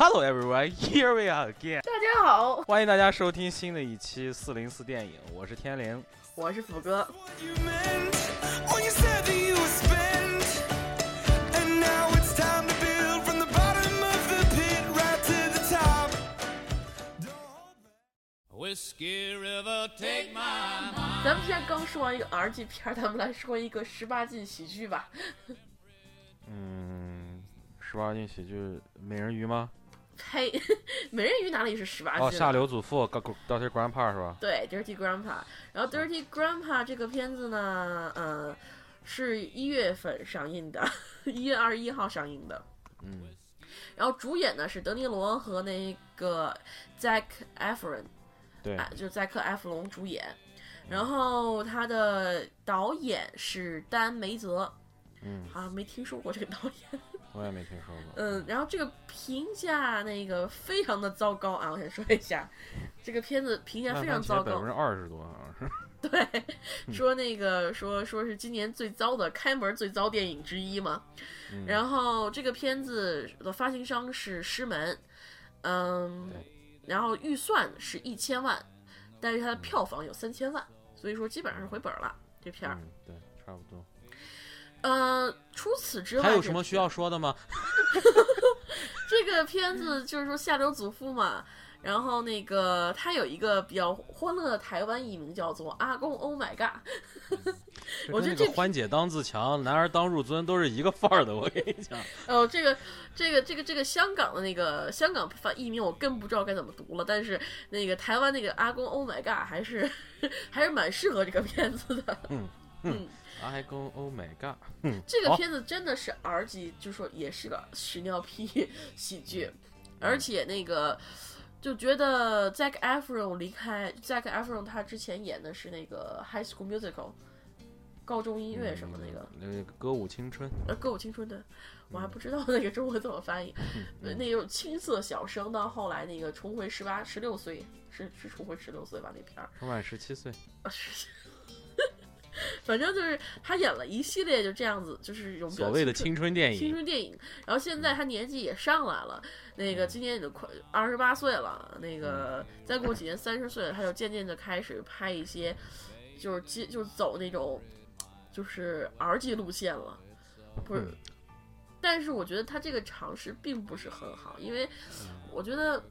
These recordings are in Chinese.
Hello everyone, here we are again。 大家好， 欢迎大家收听新的一期404电影，我是天灵， 我是福哥。咱们现在刚说完一个 R 级片，咱们来说一个18禁喜剧吧。 18禁喜剧美人鱼吗？ 呸，美人鱼哪里是18禁？ 下流祖父 Dirty Grandpa 是吧？ 对 ，Dirty Grandpa。然后 Dirty Grandpa 这个片子呢，是1月份上映的，1月21号上映的。然后主演呢是德尼罗和那个 Zac Efron。 对， 就是载克·埃弗隆主演，然后他的导演是丹·梅泽，好像没听说过这个导演， 我也没听说过。 然后这个评价非常的糟糕啊！我先说一下，这个片子评价非常糟糕 ，20%多好像是。 对，说是今年开门最糟电影之一嘛。然后这个片子的发行商是狮门，然后预算是1000万，但是它的票房有3000万，所以说基本上是回本了这片儿。 对，差不多。 除此之外还有什么需要说的吗？ 这个片子就是说下流祖父嘛，然后它有一个比较欢乐的台湾译名叫做阿公 Oh my God。我觉得这欢姐当自强，男儿当入樽都是一个范儿的，我跟你讲。 这个香港的香港译名我更不知道该怎么读了，但是台湾阿公 Oh my God 还是蛮适合这个片子的。 阿公 Oh my God。 这个片子真的是 R 级，就说也是个屎尿屁喜剧，而且就觉得 Zac Efron 他之前演的是High School Musical。高中音乐什么歌舞青春， 歌舞青春的，我还不知道中文怎么翻译。那种青涩小生，到后来重回16岁，是重回16岁吧？那片儿重返17岁。 反正就是他演了一系列就这样子，就是一种所谓的青春电影。然后现在他年纪也上来了，今年也就快28岁了，再过几年30岁了，他就渐渐的开始拍一些，就是走那种。就是 R 级路线了，不是，但是我觉得他这个尝试并不是很好，因为我觉得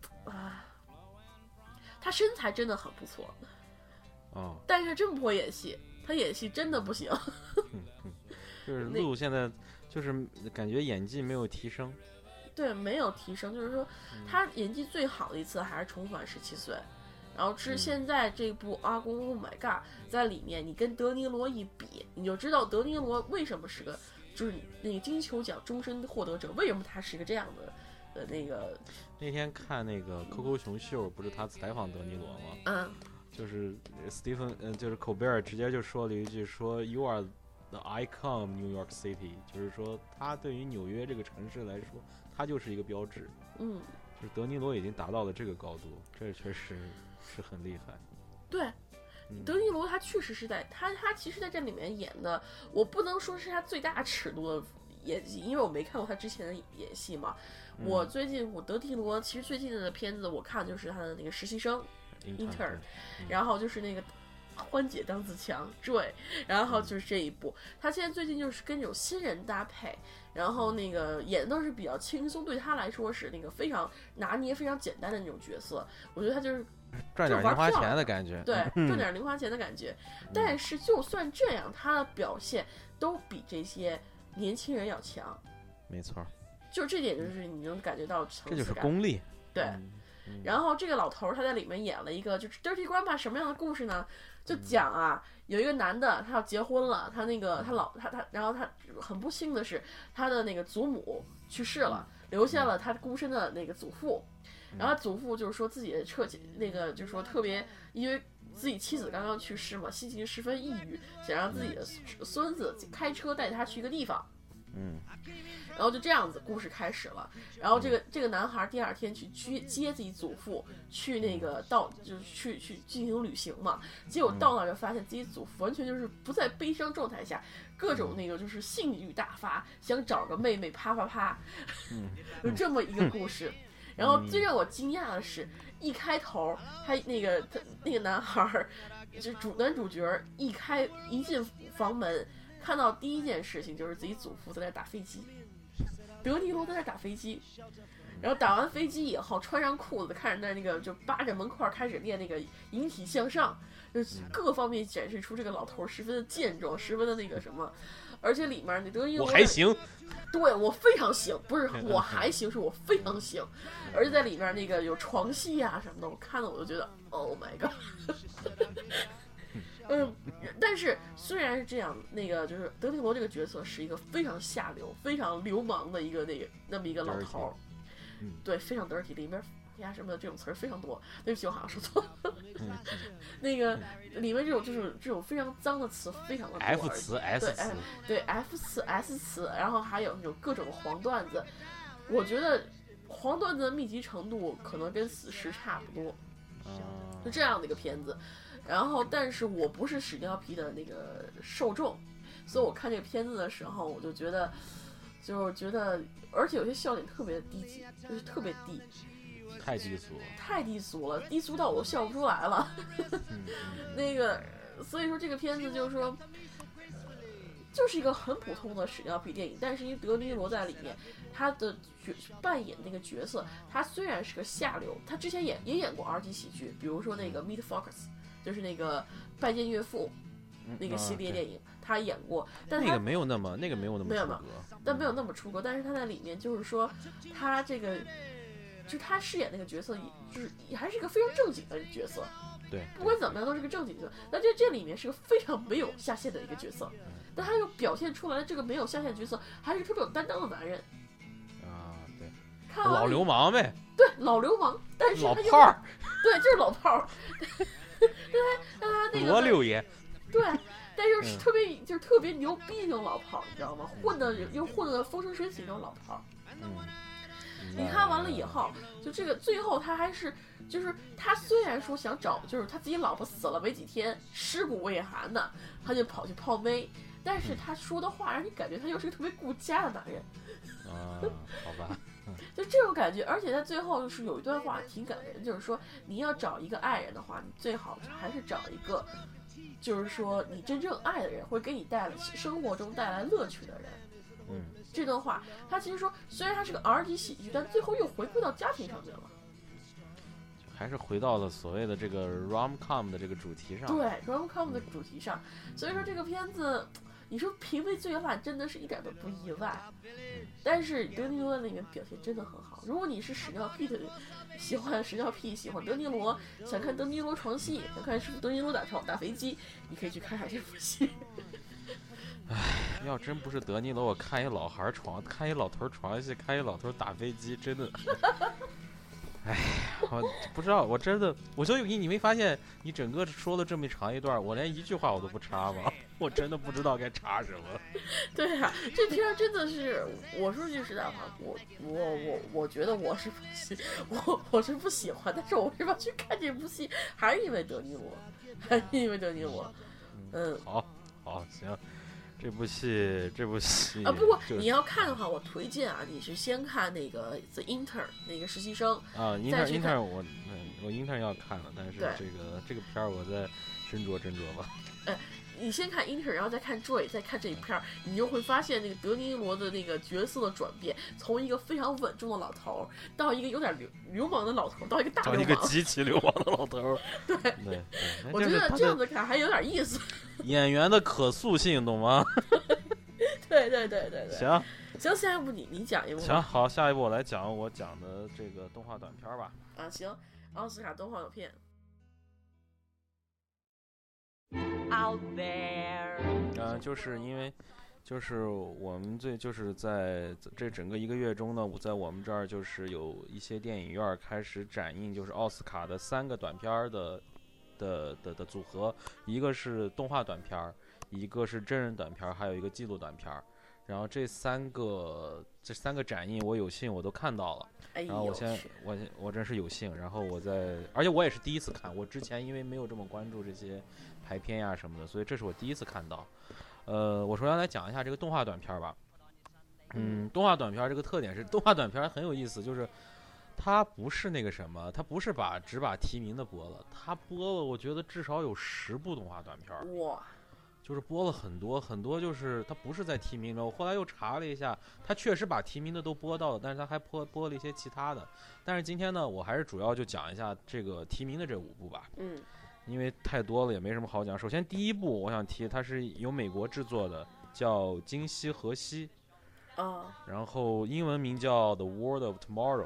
他身材真的很不错，但是真不会演戏，他演戏真的不行。 就是路现在就是感觉演技没有提升， 对，没有提升，就是说他演技最好的一次还是重返17岁。然后现在这部阿公 Oh my God 在里面，你跟德尼罗一比，你就知道德尼罗为什么是个，就是金球奖终身获得者，为什么他是一个这样的那天看QQ 熊秀，不是他采访德尼罗吗？就是就是寇贝尔直接就说了一句，说 You are the icon of New York City， 就是说他对于纽约这个城市来说，他就是一个标志。就是德尼罗已经达到了这个高度，这确实是很厉害。 对，德尼罗他确实是他其实在这里面演的，我不能说是他最大尺度的演技，因为我没看过他之前的演戏嘛。我德尼罗其实最近的片子我看就是他的实习生 intern，然后就是欢姐当自强，对，然后就是这一部，他现在最近就是跟这种新人搭配，然后演的都是比较轻松，对他来说是非常拿捏非常简单的那种角色，我觉得他就是赚点零花钱的感觉， 对，赚点零花钱的感觉。但是就算这样，他的表现都比这些年轻人要强， 没错， 就这点就是你能感觉到层次感， 这就是功力， 对。然后这个老头他在里面演了一个就是 Dirty Grandpa 什么样的故事呢？就讲有一个男的他要结婚了，他然后他很不幸的是他的祖母去世了，留下了他孤身的祖父，然后他祖父就是说自己的就是说特别因为自己妻子刚刚去世嘛，心情十分抑郁，想让自己的孙子开车带他去一个地方。然后就这样子，故事开始了。然后这个男孩第二天去接自己祖父去就是去进行旅行嘛。结果到那就发现自己祖父完全就是不在悲伤状态下，各种就是性欲大发，想找个妹妹啪啪啪，有这么一个故事。 然后最让我惊讶的是，一开头他那个男孩，就男主角一进房门，看到第一件事情就是自己祖父在那打飞机，德尼罗在那打飞机。然后打完飞机以后，穿上裤子，开始在那个就扒着门框开始练那个引体向上，就各个方面展示出这个老头十分的健壮，十分的那个什么。而且里面那德尼罗我还行， 对我非常行，不是我还行，是我非常行。而且在里面那个有床戏啊什么的，我看了我就觉得 ，Oh my god。但是虽然是这样，那个就是德尼罗这个角色是一个非常下流、非常流氓的一个那么一个老头。对，非常 dirty， 里面呀什么的这种词儿非常多。对不起，我好像说错了。那个里面这种非常脏的词非常的多。 F 词 S 词。 对 F 词 S 词，然后还有那种各种黄段子。我觉得黄段子的密集程度可能跟死侍差不多。就这样的一个片子。然后，但是我不是屎尿屁的那个受众，所以我看这个片子的时候，我就觉得。而且有些笑点特别的低级，就是特别低， 太低俗了，低俗到我都笑不出来了。那个，所以说这个片子就是说，就是一个很普通的屎尿屁电影，但是因为德尼罗在里面，他的扮演那个角色，他虽然是个下流，他之前也演过 R 级喜剧，比如说那个 Meet Fox， 就是那个拜见岳父。那个系列电影他演过，但那个没有那么出格， 但没有那么出格。但是他在里面就是说，他这个就是他饰演那个角色，就是还是一个非常正经的角色。 对， 不管怎么样都是个正经角色。但这里面是个非常没有下限的一个角色，但他又表现出来这个没有下限的角色还是特别有担当的男人。 对， 看老流氓呗。 对，老流氓，但是老炮儿。 对，就是老炮儿。对， 罗六爷。 对，但是特别牛逼那种老炮儿，你知道吗？混得风生水起那种老炮儿。你看完了以后，就这个最后他还是就是他虽然说想找，就是他自己老婆死了没几天，尸骨未寒的，他就跑去泡妹，但是他说的话让你感觉他又是个特别顾家的男人。 好吧。 就这种感觉，而且他最后就是有一段话挺感人，就是说你要找一个爱人的话，你最好还是找一个。就是说，你真正爱的人会给你生活中带来乐趣的人。这段话，他其实说，虽然他是个 R 级喜剧，但最后又回归到家庭上面了， 还是回到了所谓的这个 rom-com 的这个主题上。 对 rom-com 的主题上，所以说这个片子，你说评为最烂，真的是一点都不意外。但是德尼罗在里面表现真的很好。如果你是屎尿屁的人，喜欢屎尿屁，喜欢德尼罗，想看德尼罗床戏，想看德尼罗打飞机，你可以去看看这部戏。 要真不是德尼罗，我看一老孩床，看一老头床戏，看一老头打飞机，真的。我不知道，我真的，所以你没发现，你整个说了这么长一段，我连一句话我都不插吗？我真的不知道该插什么。 对啊，这片真的是，我说句实在话，我觉得我是不喜欢，但是我为什么去看这部戏，还是因为德尼罗。 好，行。这部戏啊，不过你要看的话，我推荐啊，你是先看那个 The Intern 那个实习生啊，Intern 我 Intern 要看了，但是这个片儿我再斟酌吧。 你先看 Intern， 然后再看 Joy， 再看这一片儿，你就会发现那个德尼罗的那个角色的转变，从一个非常稳重的老头到一个有点流氓的老头，到一个大流氓， 到一个极其流氓的老头。 对，我觉得这样子看还有点意思。 演员的可塑性，懂吗？ 对。行，下一部你讲一部。 行，好，下一部我来讲我讲的这个动画短片吧。 行，奥斯卡动画短片。 Out there， 就是因为，就是我们就是在这整个一个月中呢，在我们这儿就是有一些电影院开始展映，就是奥斯卡的3个短片的组合，一个是动画短片，一个是真人短片，还有一个纪录短片。然后这三个展映，我有幸我都看到了。然后我真是有幸，然后而且我也是第一次看，我之前因为没有这么关注这些排片呀什么的，所以这是我第一次看到。我首先来讲一下这个动画短片吧。动画短片这个特点是，动画短片很有意思，就是他不是那个什么，他不是只把提名的播了，他播了我觉得至少有10部动画短片。 哇！ 就是播了很多很多，就是他不是在提名了。我后来又查了一下，他确实把提名的都播到了，但是他还播了一些其他的。但是今天呢，我还是主要就讲一下这个提名的这5部吧。因为太多了也没什么好讲。首先第一部我想提，它是由美国制作的，叫《今夕何夕》。然后英文名叫《The World of Tomorrow》。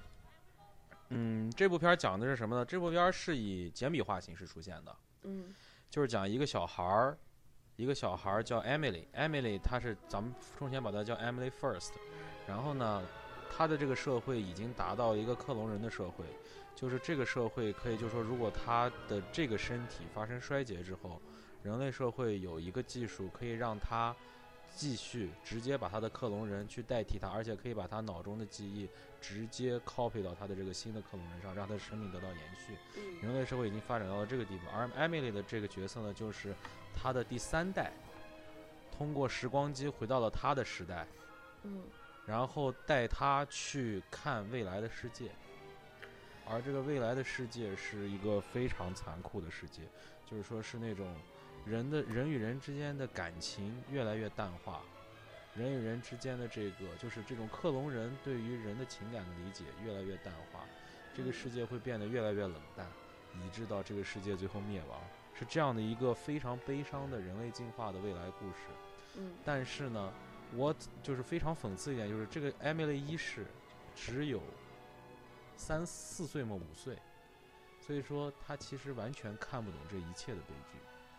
这部片讲的是什么呢？这部片是以简笔画形式出现的。就是讲一个小孩叫 Emily， 她是咱们中间把她叫 Emily First。然后呢，她的这个社会已经达到一个克隆人的社会，就是这个社会可以就说，如果她的这个身体发生衰竭之后，人类社会有一个技术可以让她继续直接把她的克隆人去代替她，而且可以把她脑中的记忆直接 copy 到她的这个新的克隆人上，让她的生命得到延续。人类社会已经发展到了这个地步，而 Emily 的这个角色呢，就是她的第3代，通过时光机回到了她的时代，然后带她去看未来的世界。而这个未来的世界是一个非常残酷的世界，就是说是那种人与人之间的感情越来越淡化，人与人之间的就是这种克隆人对于人的情感的理解越来越淡化，这个世界会变得越来越冷淡，以致到这个世界最后灭亡，是这样的一个非常悲伤的人类进化的未来故事。但是呢，我就是非常讽刺一点，就是这个 Emily 一世只有3、4岁嘛，5岁，所以说她其实完全看不懂这一切的悲剧。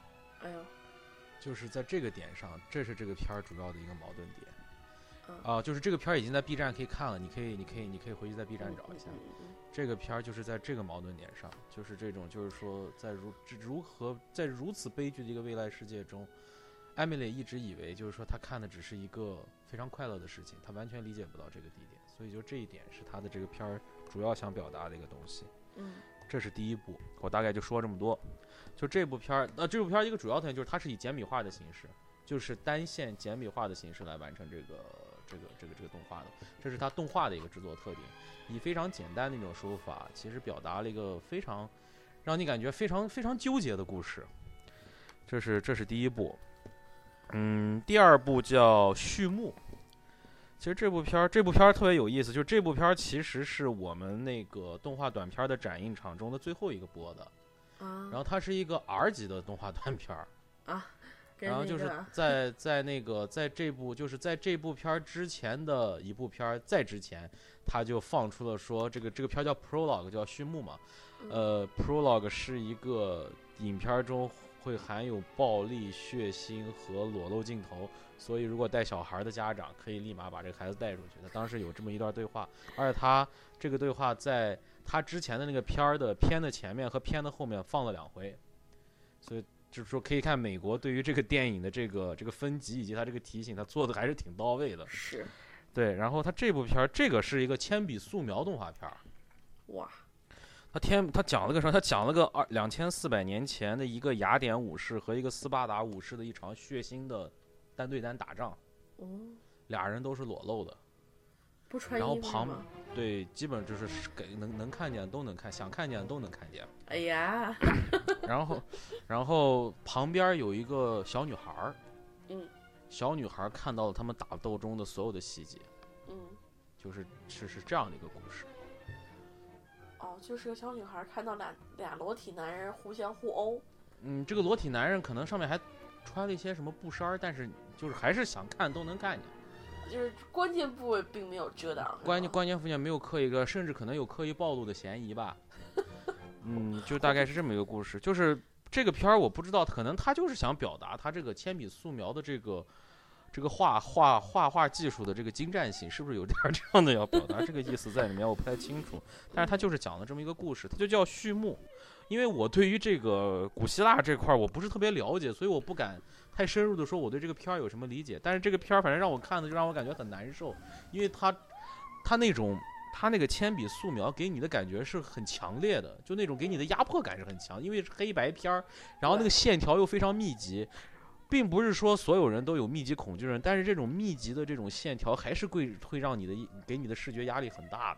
就是在这个点上，这是这个片儿主要的一个矛盾点。就是这个片儿已经在 B 站可以看了，你可以回去在 B 站找一下。这个片儿就是在这个矛盾点上，就是这种，就是说在如此悲剧的一个未来世界中，艾米丽一直以为就是说她看的只是一个非常快乐的事情，她完全理解不到这个地点，所以就这一点是她的这个片儿主要想表达的一个东西。这是第一部，我大概就说这么多。就这部片儿，这部片儿一个主要特点就是它是以简笔画的形式，就是单线简笔画的形式来完成这个动画的，这是它动画的一个制作特点，以非常简单的一种手法，其实表达了一个非常让你感觉非常非常纠结的故事。这是第一部。第2部叫序幕。其实这部片儿特别有意思，就是这部片儿其实是我们那个动画短片的展映场中的最后一个播的。然后它是一个 R 级的动画短片然后就是在这部片之前的一部片在之前，他就放出了说这个片叫 Prologue， 叫序幕嘛。Prologue 是一个影片中会含有暴力、血腥和裸露镜头，所以如果带小孩的家长可以立马把这个孩子带出去。他当时有这么一段对话，而且他这个对话在他之前的那个片的前面和片的后面放了2回，所以就是说可以看美国对于这个电影的这个分级以及他这个提醒，他做的还是挺到位的。 是， 对。然后他这部片这个是一个铅笔素描动画片。 哇！ 他讲了个什么？他讲了个2400年前的一个雅典武士和一个斯巴达武士的一场血腥的单对单打仗。俩人都是裸露的， 不穿衣服吗？ 对，基本就是能看见都能看，想看见都能看见。 哎呀！ 然后旁边有一个小女孩。小女孩看到了他们打斗中的所有的细节。就是这样的一个故事。 就是个小女孩看到俩裸体男人互相互殴。 这个裸体男人可能上面还穿了一些什么布衫，但是就是还是想看都能看见。 就是关键部位并没有遮挡。 关键部位没有刻意甚至可能有刻意暴露的嫌疑吧。就大概是这么一个故事。就是这个片儿我不知道，可能他就是想表达他这个铅笔素描的这个画技术的这个精湛性，是不是有点这样的要表达这个意思在里面，我不太清楚。但是他就是讲了这么一个故事，它就叫序幕。因为我对于这个古希腊这块我不是特别了解，所以我不敢太深入的说我对这个片儿有什么理解。但是这个片儿反正让我看的就让我感觉很难受，因为他那个铅笔素描给你的感觉是很强烈的，就那种给你的压迫感是很强，因为是黑白片儿，然后那个线条又非常密集。并不是说所有人都有密集恐惧症，但是这种密集的这种线条还是会让给你的视觉压力很大的。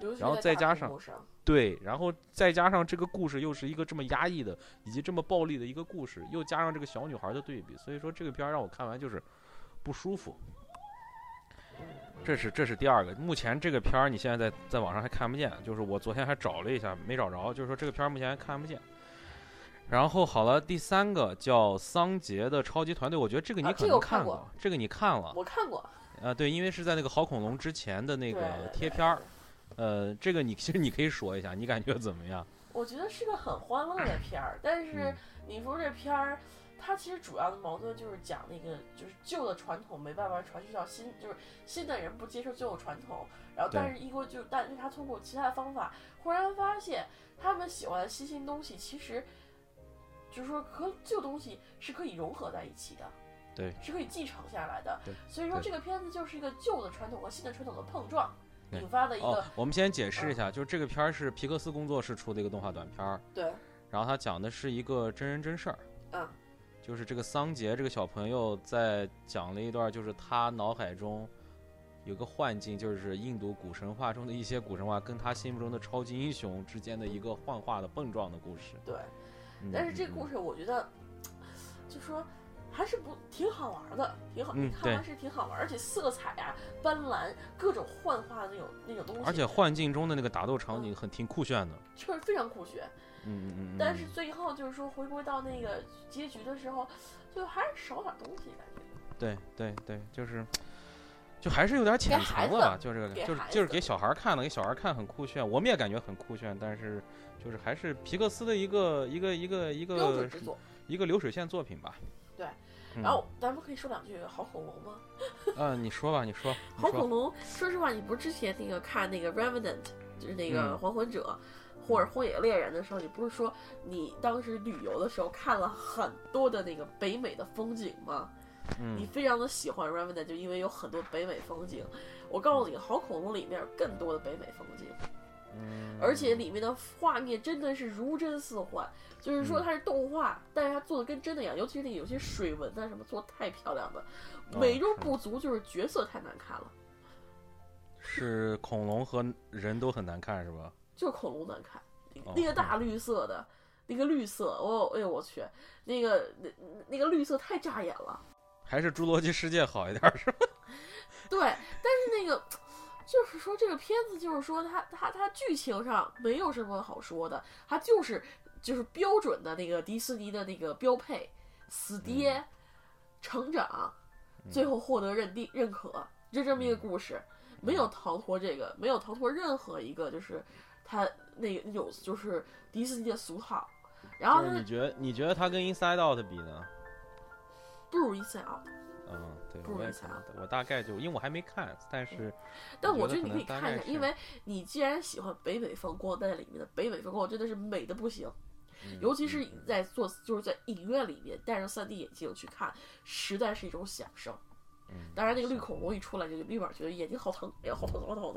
然后再加上对，然后再加上这个故事又是一个这么压抑的以及这么暴力的一个故事，又加上这个小女孩的对比，所以说这个片让我看完就是不舒服。这是第二个。目前这个片你现在在网上还看不见，就是我昨天还找了一下没找着，就是说这个片目前还看不见。然后好了，第三个叫桑杰的超级团队，我觉得这个你可能看过，这个你看了， 我看过。 对，因为是在那个好恐龙之前的那个贴片这个其实你可以说一下，你感觉怎么样？ 我觉得是个很欢乐的片儿，但是你说这片儿，它其实主要的矛盾就是讲那个就是旧的传统没办法传续到就是新的人不接受旧的传统，然后但是他通过其他的方法，忽然发现他们喜欢的新兴东西，其实就是说和旧东西是可以融合在一起的。 对， 是可以继承下来的。所以说这个片子就是一个旧的传统和新的传统的碰撞引发的一个。 我们先解释一下，就是这个片是皮克斯工作室出的一个动画短片。 对。 然后它讲的是一个真人真事儿。就是这个桑杰这个小朋友在讲了一段，就是他脑海中有个幻境，就是印度古神话中的一些古神话跟他心目中的超级英雄之间的一个幻化的碰撞的故事。 对。但是这个故事我觉得，就说。还是挺好玩的，挺好，你看完是挺好玩，而且色彩啊、斑斓、各种幻化的那种东西， 而且幻境中的那个打斗场景挺酷炫的， 确实非常酷炫。但是最后就是说回归到那个结局的时候，就还是少点东西感觉。 对，就还是有点浅层了吧，就是给小孩看的，给小孩看很酷炫，我们也感觉很酷炫，但是就是还是皮克斯的一个标准之作， 一个流水线作品吧。 对，然后咱们可以说两句好恐龙吗？ 你说吧，你说。 好恐龙，说实话，你不是之前那个看那个 Revenant， 就是那个还魂者，或者荒野猎人的时候，你不是说你当时旅游的时候看了很多的那个北美的风景吗？你非常的喜欢 Revenant， 就因为有很多北美风景。我告诉你，好恐龙里面有更多的北美风景。而且里面的画面真的是如真似幻，就是说它是动画，但是它做的跟真的一样，尤其是那有些水纹啊什么做的太漂亮了，美中不足就是角色太难看了。 是恐龙和人都很难看是吧？ 就是恐龙难看，那个大绿色的，那个绿色，哎呦我去，那个绿色太扎眼了。 还是侏罗纪世界好一点是吧？ 对，但是那个。就是说这个片子，就是说它剧情上没有什么好说的，它就是标准的那个迪士尼的那个标配，死爹，成长，最后获得认可，就这么一个故事，没有逃脱这个，没有逃脱任何一个就是它那种就是迪士尼的俗套。然后你觉得它跟 Inside Out 比呢？ 不如 Inside Out。 对，我大概因为我还没看， 但我觉得你可以看一下，因为你既然喜欢北美风光，在里面的北美风光真的是美的不行，尤其是就是在影院里面戴上 3D 眼镜去看，实在是一种享受。当然那个绿恐龙一出来就立马觉得眼睛好疼，哎呀好疼。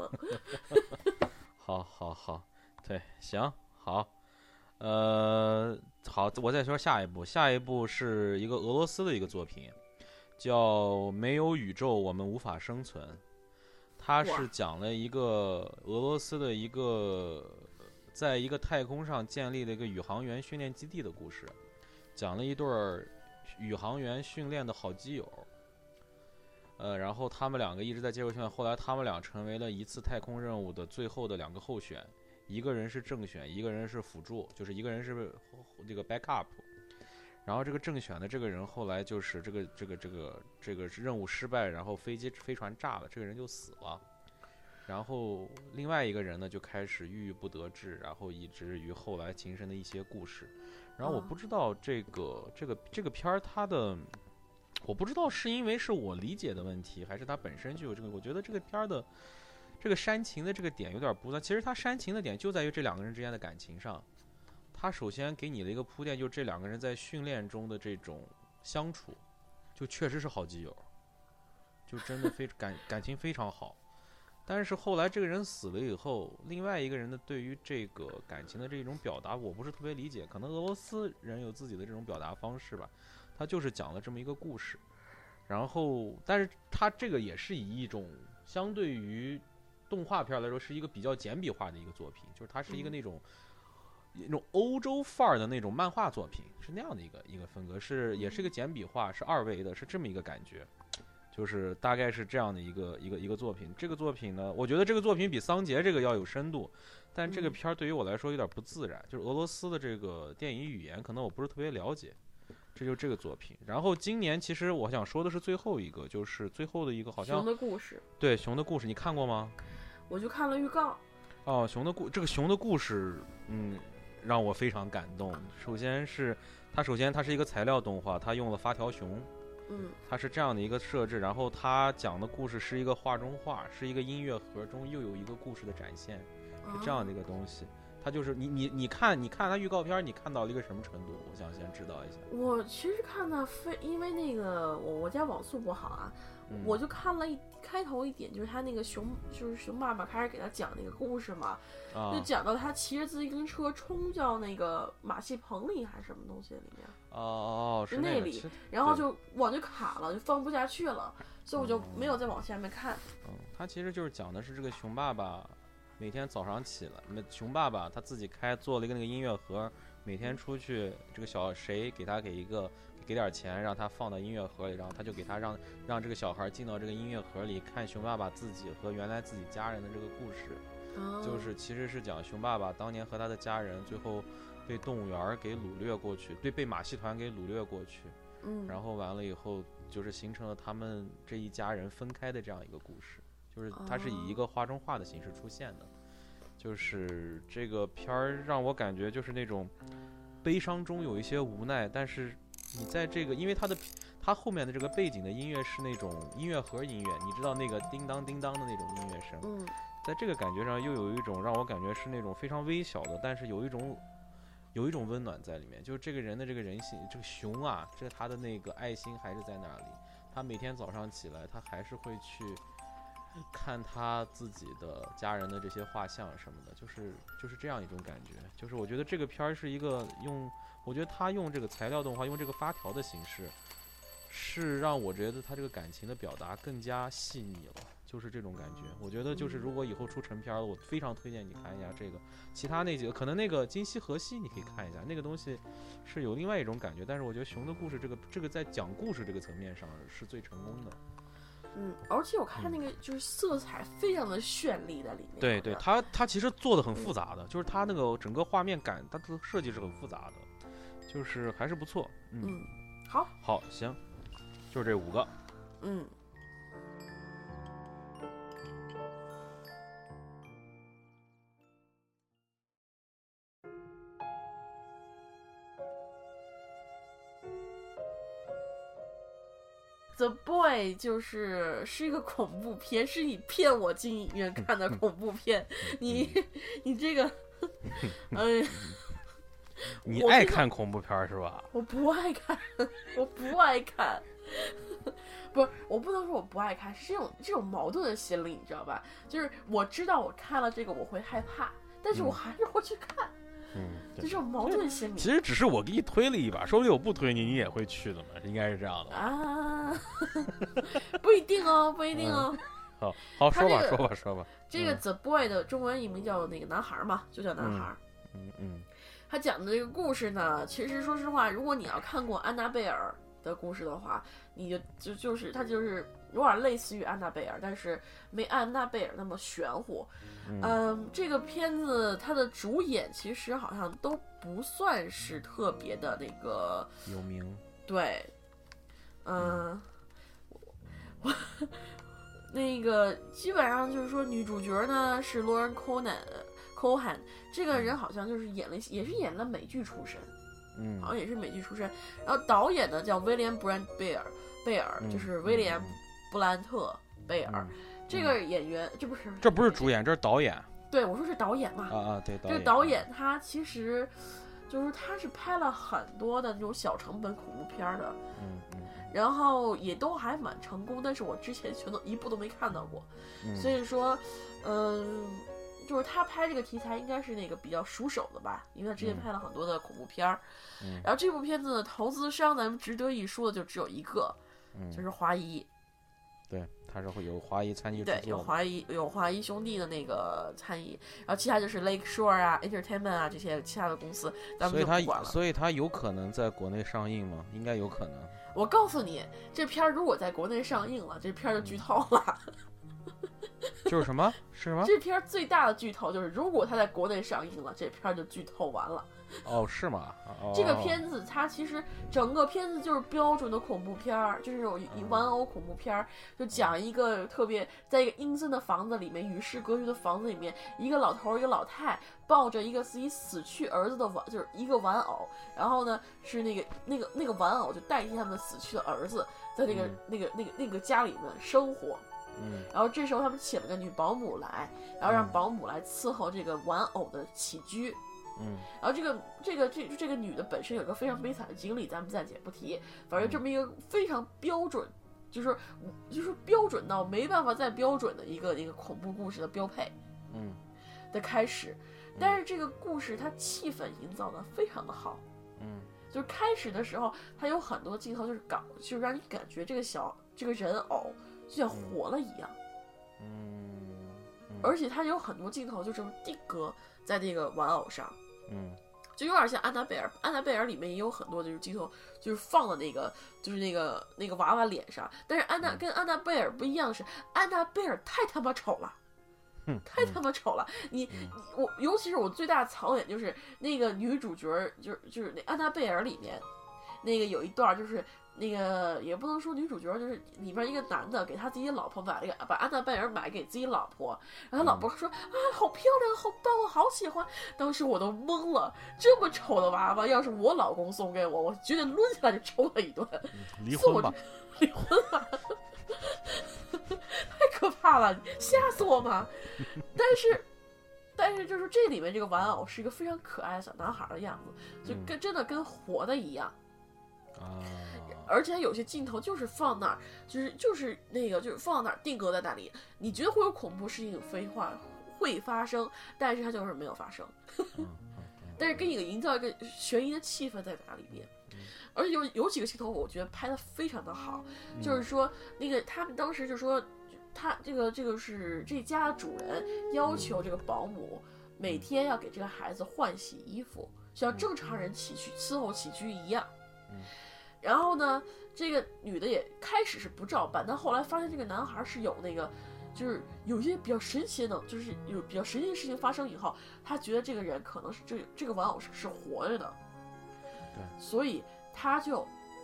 好，对，行，好，好，我再说下一部是一个俄罗斯的一个作品。叫没有宇宙我们无法生存，它是讲了一个俄罗斯的一个在一个太空上建立了一个宇航员训练基地的故事，讲了一对宇航员训练的好基友，然后他们两个一直在接受训练，后来他们俩成为了一次太空任务的最后的2个候选，一个人是正选，一个人是辅助，就是一个人是这个 backup。然后这个正选的这个人后来就是这个任务失败，然后飞船炸了，这个人就死了。然后另外一个人呢就开始郁郁不得志，然后以至于后来情深的一些故事。然后我不知道这个片儿它的，我不知道是因为是我理解的问题，还是它本身就有这个。我觉得这个片儿的这个煽情的这个点有点不算，其实它煽情的点就在于这2个人之间的感情上。他首先给你的一个铺垫，就是这2个人在训练中的这种相处，就确实是好基友，就真的感情非常好。但是后来这个人死了以后，另外一个人的对于这个感情的这种表达，我不是特别理解。可能俄罗斯人有自己的这种表达方式吧，他就是讲了这么一个故事。然后，但是他这个也是以一种相对于动画片来说是一个比较简笔画的一个作品，就是它是一个那种欧洲范儿的那种漫画作品，是那样的一个风格，也是一个简笔画，是2维的，是这么一个感觉，就是大概是这样的一个作品。这个作品呢，我觉得这个作品比桑杰这个要有深度，但这个片儿对于我来说有点不自然，就是俄罗斯的这个电影语言可能我不是特别了解。这就是这个作品。然后今年其实我想说的是最后一个，就是最后的一个好像熊的故事。 对，熊的故事你看过吗？ 我就看了预告。 哦，这个熊的故事，让我非常感动。首先它是一个材料动画，它用了发条熊，它是这样的一个设置。然后它讲的故事是一个画中画，是一个音乐盒中又有一个故事的展现，是这样的一个东西。它就是你看它预告片，你看到了一个什么程度？我想先知道一下。 我其实看的因为那个我家网速不好啊，我就看了开头一点，就是他那个熊爸爸开始给他讲那个故事嘛，就讲到他骑着自行车冲到那个马戏棚里还是什么东西里面。是那里，然后就网就卡了，就放不下去了，所以我就没有再往下面看。 他其实就是讲的是这个熊爸爸。每天早上起来，熊爸爸他自己做了一个那个音乐盒，每天出去，这个谁给点钱，让他放到音乐盒里，然后他就给他让这个小孩进到这个音乐盒里，看熊爸爸自己和原来自己家人的这个故事，就是其实是讲熊爸爸当年和他的家人最后被动物园给掳掠过去，被马戏团给掳掠过去，然后完了以后就是形成了他们这一家人分开的这样一个故事。就是它是以一个画中画的形式出现的，就是这个片儿让我感觉就是那种悲伤中有一些无奈，但是你在这个，因为它后面的这个背景的音乐是那种音乐盒音乐，你知道那个叮当叮当的那种音乐声，在这个感觉上又有一种让我感觉是那种非常微小的，但是有一种温暖在里面，就是这个人的这个人性，这个熊啊，这他的那个爱心还是在那里，他每天早上起来，他还是会去看他自己的家人的这些画像什么的，就是这样一种感觉。就是我觉得这个片儿是一个我觉得他用这个材料动画，用这个发条的形式，是让我觉得他这个感情的表达更加细腻了，就是这种感觉。我觉得就是如果以后出成片了，我非常推荐你看一下这个。其他那几个可能那个今夕何夕你可以看一下，那个东西是有另外一种感觉，但是我觉得熊的故事这个在讲故事这个层面上是最成功的。 而且我看那个就是色彩非常的绚丽在里面。 对对，它其实做的很复杂的，就是它那个整个画面感，它的设计是很复杂的，就是还是不错。好，行，就是这5个。 The Boy 是一个恐怖片，是你骗我进影院看的恐怖片。你这个， 你爱看恐怖片是吧？ 我不爱看，我不爱看。不是，我不能说我不爱看，是这种矛盾的心理，你知道吧？就是我知道我看了这个我会害怕，但是我还是会去看。就这种矛盾心理。 其实只是我给你推了一把，说不定我不推你，你也会去的嘛，应该是这样的啊。不一定哦，不一定哦。 好，说吧。 这个 The Boy 的中文译名叫那个男孩嘛，就叫男孩。他讲的这个故事呢，其实说实话，如果你要看过安娜贝尔的故事的话，你就是它就是有点类似于安娜贝尔，但是没安娜贝尔那么玄乎。这个片子它的主演其实好像都不算是特别的那个有名。 对，那个基本上就是说女主角呢是 Lauren Cohan， 这个人好像就是也是演了美剧出身。好像也是美剧出身。然后导演呢叫威廉·贝尔，就是威廉·布兰特·贝尔。这个演员，这不是主演，这是导演。 对，我说是导演嘛。 对， 这个导演他其实就是他是拍了很多的那种小成本恐怖片的，然后也都还蛮成功，但是我之前全都一部都没看到过，所以说，就是他拍这个题材应该是那个比较熟手的吧，因为他之前拍了很多的恐怖片然后这部片子的投资商咱们值得一说的就只有一个，就是华谊。 对，他是会有华谊参与制作， 对，有华谊兄弟的那个参与，然后其他就是 Lake Shore 啊 Entertainment 啊这些其他的公司，咱们就不管了。 所以他有可能在国内上映吗？应该有可能。 我告诉你，这片如果在国内上映了，这片就剧透了。 就是什么？是什么？ 这片最大的剧透就是，如果它在国内上映了，这片就剧透完了。 哦，是吗？ 这个片子它其实整个片子就是标准的恐怖片儿，就是那种玩偶恐怖片儿，就讲一个特别在一个阴森的房子里面，与世隔绝的房子里面，一个老头一个老太抱着一个自己死去儿子的就是一个玩偶，然后呢是那个玩偶就代替他们死去的儿子，在那个家里面生活。然后这时候他们请了个女保姆来，然后让保姆来伺候这个玩偶的起居。然后这个女的本身有个非常悲惨的经历，咱们暂且不提。反正这么一个非常标准，就是标准到没办法再标准的一个恐怖故事的标配。的开始，但是这个故事它气氛营造的非常的好。就是开始的时候，它有很多镜头就是让你感觉这个人偶就像活了一样。而且它有很多镜头就这么定格在那个玩偶上。就有点像安娜贝尔里面也有很多就是镜头，就是放的那个娃娃脸上。但是跟安娜贝尔不一样的是，安娜贝尔太他妈丑了，太他妈丑了！我尤其是我最大的槽点就是那个女主角，就是那安娜贝尔里面那个有一段就是。那个也不能说女主角，就是里面一个男的给他自己老婆把安娜贝尔买给自己老婆，然后他老婆说啊，好漂亮，好棒，我好喜欢。当时我都懵了，这么丑的娃娃，要是我老公送给我，我绝对抡起来就抽他一顿。 离婚吧， 离婚吧，太可怕了，吓死我吗？但是就是这里面这个玩偶是一个非常可爱的小男孩的样子，就真的跟活的一样。而且有些镜头就是放那儿，就是放那儿定格在那里，你觉得会有恐怖事情会发生，但是它就是没有发生。但是给你营造一个悬疑的气氛在那里面。而且有几个镜头我觉得拍得非常的好，就是说那个他们当时就说他这个是这家的主人要求这个保姆每天要给这个孩子换洗衣服，像正常人伺候起居一样。然后呢，这个女的也开始是不照办，但后来发现这个男孩是有那个，就是有些比较神奇的，就是有比较神奇的事情发生以后，他觉得这个人可能是这个玩偶是活着的， 对， 所以他就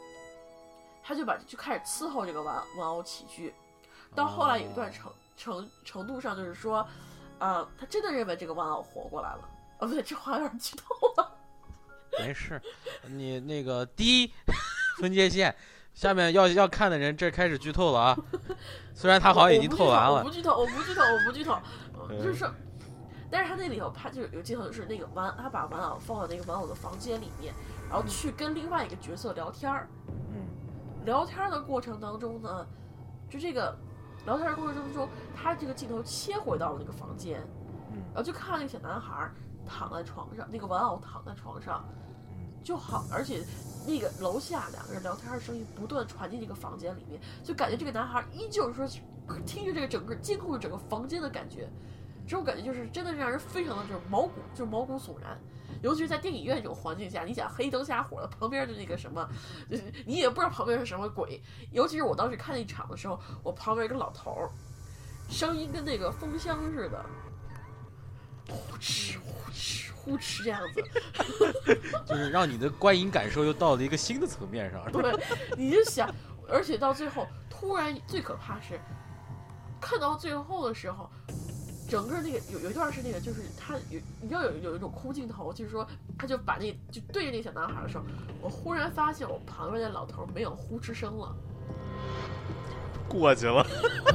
开始伺候这个玩偶起居，到后来有一段程度上就是说，他真的认为这个玩偶活过来了。不对，这话有点剧透了。 没事，你那个第一分界线，下面要看的人，这开始剧透了啊！虽然他好像已经透完了。 我不剧透，就是说，但是他那里头拍就有镜头，就是那个他把玩偶放到那个玩偶的房间里面，然后去跟另外一个角色聊天儿。聊天的过程当中呢，就这个聊天的过程当中，他这个镜头切回到了那个房间，然后就看到那个小男孩躺在床上，那个玩偶躺在床上。就好，而且那个楼下两个人聊天的声音不断传进这个房间里面，就感觉这个男孩依旧说听着这个整个监控着整个房间的感觉，这种感觉就是真的让人非常的就是毛骨悚然。尤其是在电影院这种环境下，你想黑灯瞎火的，旁边的那个什么，你也不知道旁边是什么鬼。尤其是我当时看那场的时候，我旁边一个老头儿，声音跟那个风箱似的，呼哧呼哧呼哧这样子， 就是让你的观影感受又到了一个新的层面上。 对，你就想，而且到最后，突然最可怕是，看到最后的时候，整个那个有一段是那个，就是他你知道有一种空镜头，就是说他就把就对着那个小男孩的时候，我忽然发现我旁边的老头没有呼哧声了， 过去了。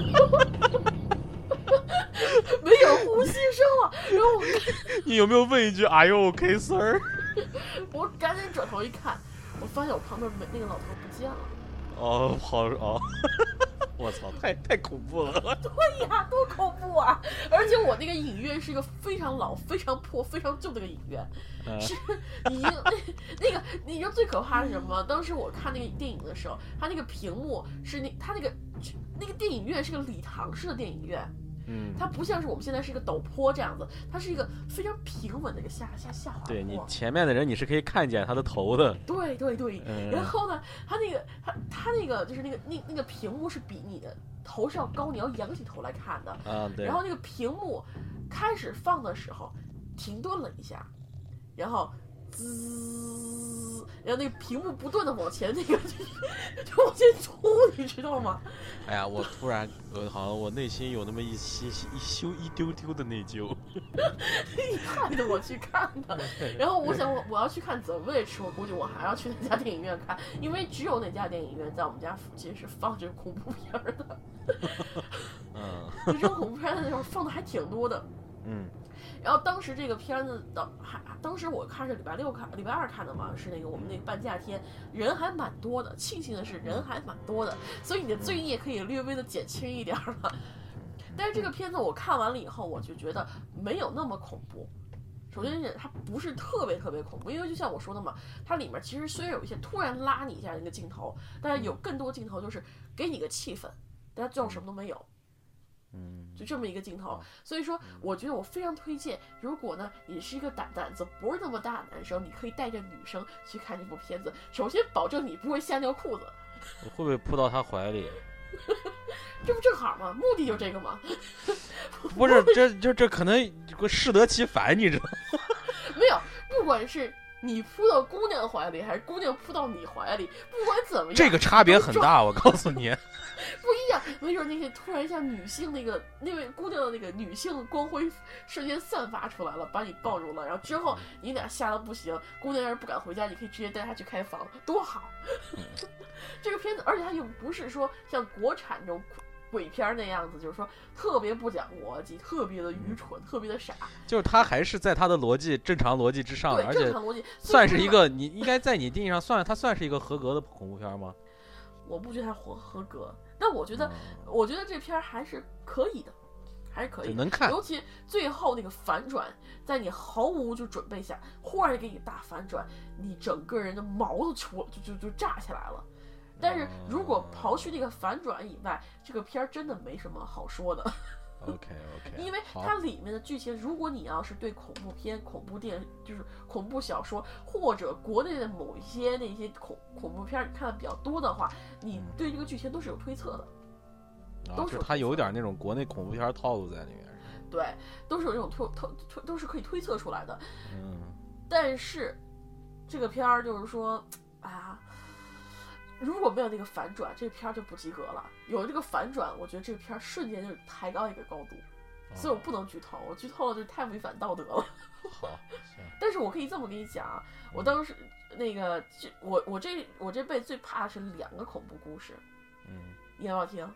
没有呼吸声了，然后你有没有问一句 Are you okay, sir？ 我赶紧转头一看，我发现我旁边那个老头不见了。 哦，好哦，我操，太恐怖了。 对呀，多恐怖啊！而且我那个影院是一个非常老、非常破、非常旧的一个影院，是已经那个，你知道最可怕是什么？当时我看那个电影的时候，它那个屏幕是他那个那个电影院是个礼堂式的电影院。它不像是我们现在是一个陡坡这样子，它是一个非常平稳的一个下滑坡。 对，你前面的人你是可以看见他的头的。 对对对，然后呢，它那个就是那个屏幕是比你的头是要高，你要仰起头来看的。 对。 然后那个屏幕开始放的时候停顿了一下，然后滋，然后那个屏幕不断的往前就往前冲，你知道吗？ 哎呀，我突然好像我内心有那么一丢丢的内疚。 你害得我去看的。然后我想我要去看 The Witch， 我估计我还要去那家电影院看，因为只有那家电影院在我们家附近是放这个恐怖片的。这种恐怖片的那种放的还挺多的。然后当时这个片子当时我看是礼拜二看的嘛，是那个我们那个半假天，人还蛮多的。庆幸的是人还蛮多的，所以你的罪孽可以略微的减轻一点了。但是这个片子我看完了以后，我就觉得没有那么恐怖。首先是它不是特别恐怖，因为就像我说的嘛，它里面其实虽然有一些突然拉你一下那个镜头，但是有更多镜头就是给你个气氛，但它最后什么都没有。就这么一个镜头，所以说我觉得我非常推荐，如果呢你是一个胆子不是那么大的男生，你可以带着女生去看这部片子。首先保证你不会吓尿裤子， 我会不会扑到她怀里？ 这不正好吗？目的就这个吗？ 不是，这可能适得其反，你知道吗？ 没有，不管是你扑到姑娘怀里，还是姑娘扑到你怀里，不管怎么样， 这个差别很大，我告诉你。 不一样，没准那些突然像女性那位姑娘的那个女性光辉瞬间散发出来了，把你抱住了，然后之后你俩吓得不行，姑娘要是不敢回家，你可以直接带她去开房，多好。这个片子，而且它又不是说像国产这种鬼片那样子，就是说特别不讲逻辑，特别的愚蠢，特别的傻， 就是它还是在它的正常逻辑之上的，而且正常逻辑算是一个，你应该在你定义上它算是一个合格的恐怖片吗？ 我不觉得它合格，但我觉得这片还是可以的，还是可以的， 能看。 尤其最后那个反转，在你毫无准备下，忽然给你大反转，你整个人的毛都就炸起来了。但是如果刨去那个反转以外，这个片真的没什么好说的。 OK， 因为它里面的剧情，如果你要是对恐怖片、恐怖电就是恐怖小说，或者国内的某一些那些恐怖片看的比较多的话，你对这个剧情都是有推测的。都是它有点那种国内恐怖片套路在里面。 对，都是有这种都是可以推测出来的。但是这个片儿就是说，如果没有那个反转，这片儿就不及格了。有了这个反转，我觉得这个片儿瞬间就抬高一个高度，所以我不能剧透，我剧透了就太违反道德了。 好， 但是我可以这么跟你讲啊，我当时那个我这辈子最怕的是2个恐怖故事。你要不要听？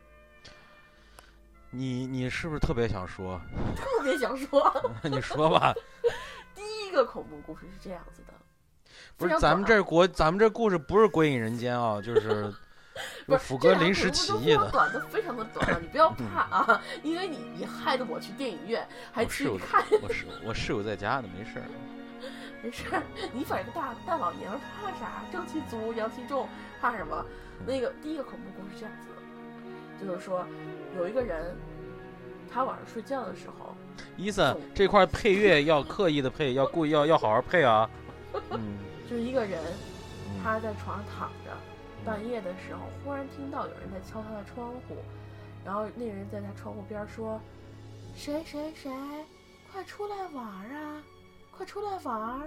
你是不是特别想说？ 特别想说。 你说吧。 第一个恐怖故事是这样子的。 不是咱们这故事不是鬼影人间啊，就是福哥临时起意的， 短的非常的短，你不要怕啊，因为你害得我去电影院还去看。 我室友在家呢，没事。 没事，你反正大老爷们怕啥？正气足，阳气重，怕什么？那个第一个恐怖故事是这样子的，就是说有一个人，他晚上睡觉的时候， 伊森这块配乐要刻意的配，要故意要好好配啊。 就是一个人，他在床上躺着，半夜的时候忽然听到有人在敲他的窗户，然后那人在他窗户边说：“谁，快出来玩啊，快出来玩！”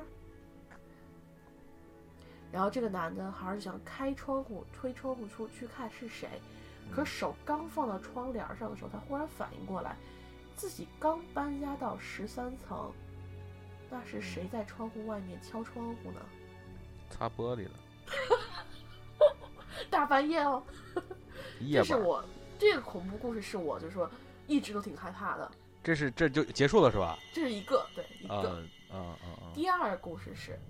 然后这个男的好像想开窗户，推窗户出去看是谁，可手刚放到窗帘上的时候，他忽然反应过来，自己刚搬家到13层，那是谁在窗户外面敲窗户呢？ 擦玻璃了。 大半夜哦。这是我这个恐怖故事，是我就说一直都挺害怕的。 这就结束了是吧？ 这是一个，对，一个。第二个故事是，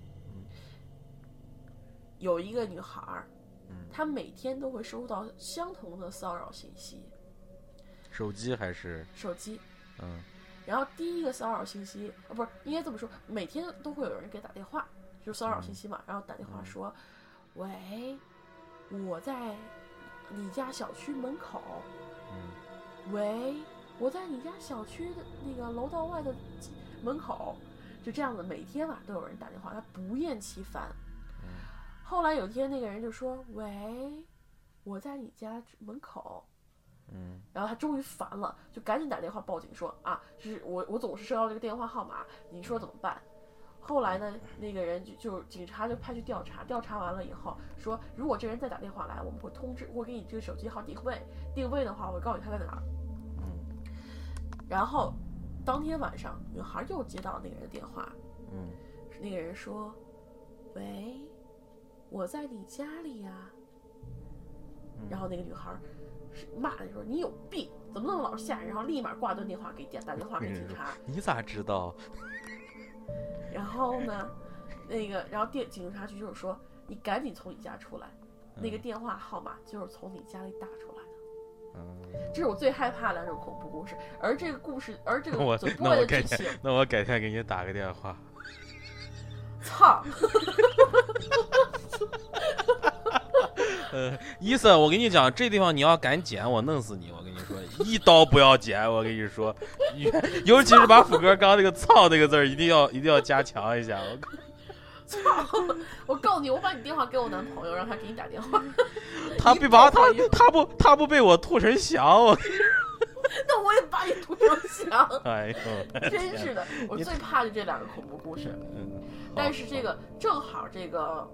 有一个女孩，她每天都会收到相同的骚扰信息。 手机还是？手机。然后第一个骚扰信息，不是应该这么说，每天都会有人给打电话。就骚扰信息嘛，然后打电话说：“喂，我在你家小区门口， 喂，我在你家小区的那个楼道外的门口，就这样子，每天晚上都有人打电话，他不厌其烦。后来有一天那个人就说：“喂，我在你家门口。”然后他终于烦了，就赶紧打电话报警说：“啊，就是我总是收到这个电话号码，你说怎么办？”后来呢，那个人就警察就派去调查，调查完了以后说，如果这人再打电话来，我们会通知，会给你这个手机号定位的话，我会告诉你他在哪儿。然后当天晚上，女孩又接到那个人的电话，那个人说：“喂，我在你家里呀。”然后那个女孩是骂他说：“你有病，怎么那么老是吓人？”然后立马挂断电话，打电话给警察。 你咋知道？ 然后呢，然后警察局就是说，你赶紧从你家出来，那个电话号码就是从你家里打出来的。这是我最害怕的那种恐怖故事。而这个所播的剧情， 那我改天给你打个电话。 操！ 伊森，我跟你讲，这地方你要敢剪，我弄死你！我跟你说，一刀不要剪！我跟你说，尤其是把福哥刚那个“操”那个字儿，一定要加强一下。 操！我告诉你，我把你电话给我男朋友，让他给你打电话。 他不被我吐成翔，我。 那我也把你吐成翔。 哎呦， 真是的，我最怕就这两个恐怖故事。但是这个正好这个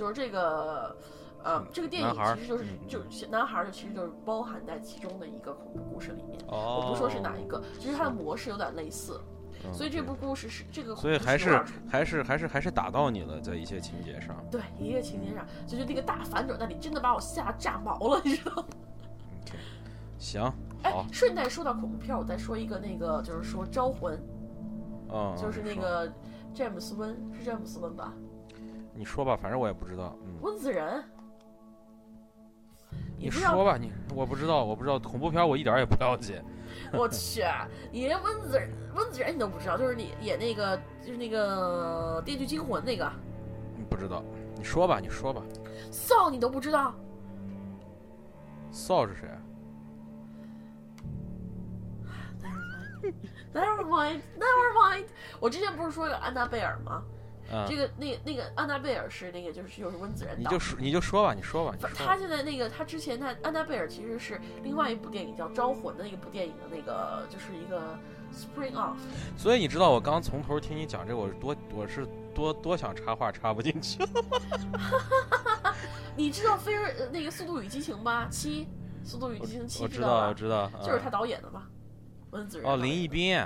电影其实就是男孩其实就是包含在其中的一个恐怖故事里面。我不说是哪一个，其实它的模式有点类似。所以这部故事是这个， 所以还是打到你了，在一些情节上。 对，一个情节上，就是那个大反转，那里真的把我吓炸毛了，你知道吗？ 行， 哎，顺带说到恐怖片，我再说一个就是说《招魂》，就是那个詹姆斯温，是詹姆斯温吧？ 你说吧，反正我也不知道。 温子仁， 你说吧，我不知道恐怖片，我一点也不了解。 我去，你连温子仁你都不知道，就是你演就是那个《电锯惊魂》那个， 不知道。你说吧。 Saw 你都不知道 ？Saw 是谁 ？Never mind。我之前不是说有安娜贝尔吗？这个那个安娜贝尔是那个就是又是温子仁导， 你就说吧。 他现在他之前安娜贝尔其实是另外一部电影叫《招魂》的一部电影的就是一个 Spring Off。 所以你知道我刚从头听你讲这个，我是多想插话插不进去。 你知道那个《速度与激情》吧？7，《速度与激情7》 我知道， 就是他导演的吧？温子仁。 林奕斌。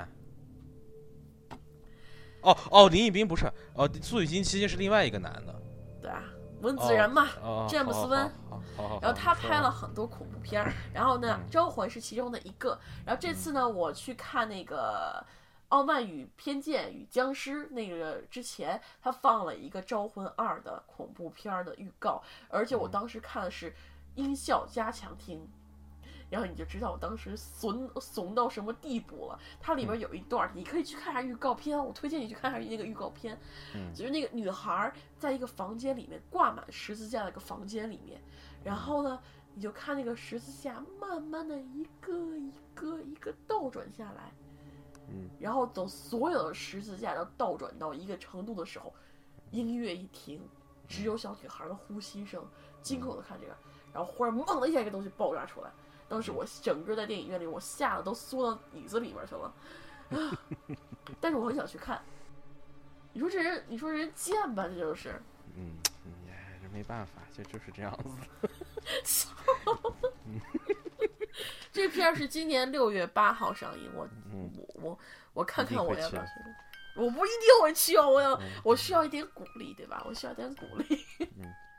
林奕斌不是《速度与激情7》是另外一个男的。 对啊，温子仁嘛，詹姆斯温。然后他拍了很多恐怖片，然后呢，《招魂》是其中的一个。然后这次呢，我去看那个《傲慢与偏见与僵尸》那个之前，他放了一个《招魂2》的恐怖片的预告，而且我当时看的是音效加强听。然后你就知道我当时怂到什么地步了。它里面有一段，你可以去看下预告片，我推荐你去看下那个预告片。就是那个女孩在一个房间里面，挂满十字架的一个房间里面，然后呢，你就看那个十字架慢慢的一个倒转下来，然后等所有的十字架都倒转到一个程度的时候，音乐一停，只有小女孩的呼吸声，惊恐的看这个，然后忽然猛的一下一个东西爆炸出来。当时我整个在电影院里，我吓得都缩到椅子里面去了，但是我很想去看。你说这人贱吧，这就是。 这没办法，就是这样子。 这片是今年6月8号上映，我看看我要不要去。我不一定会去，我需要一点鼓励，对吧？我需要点鼓励。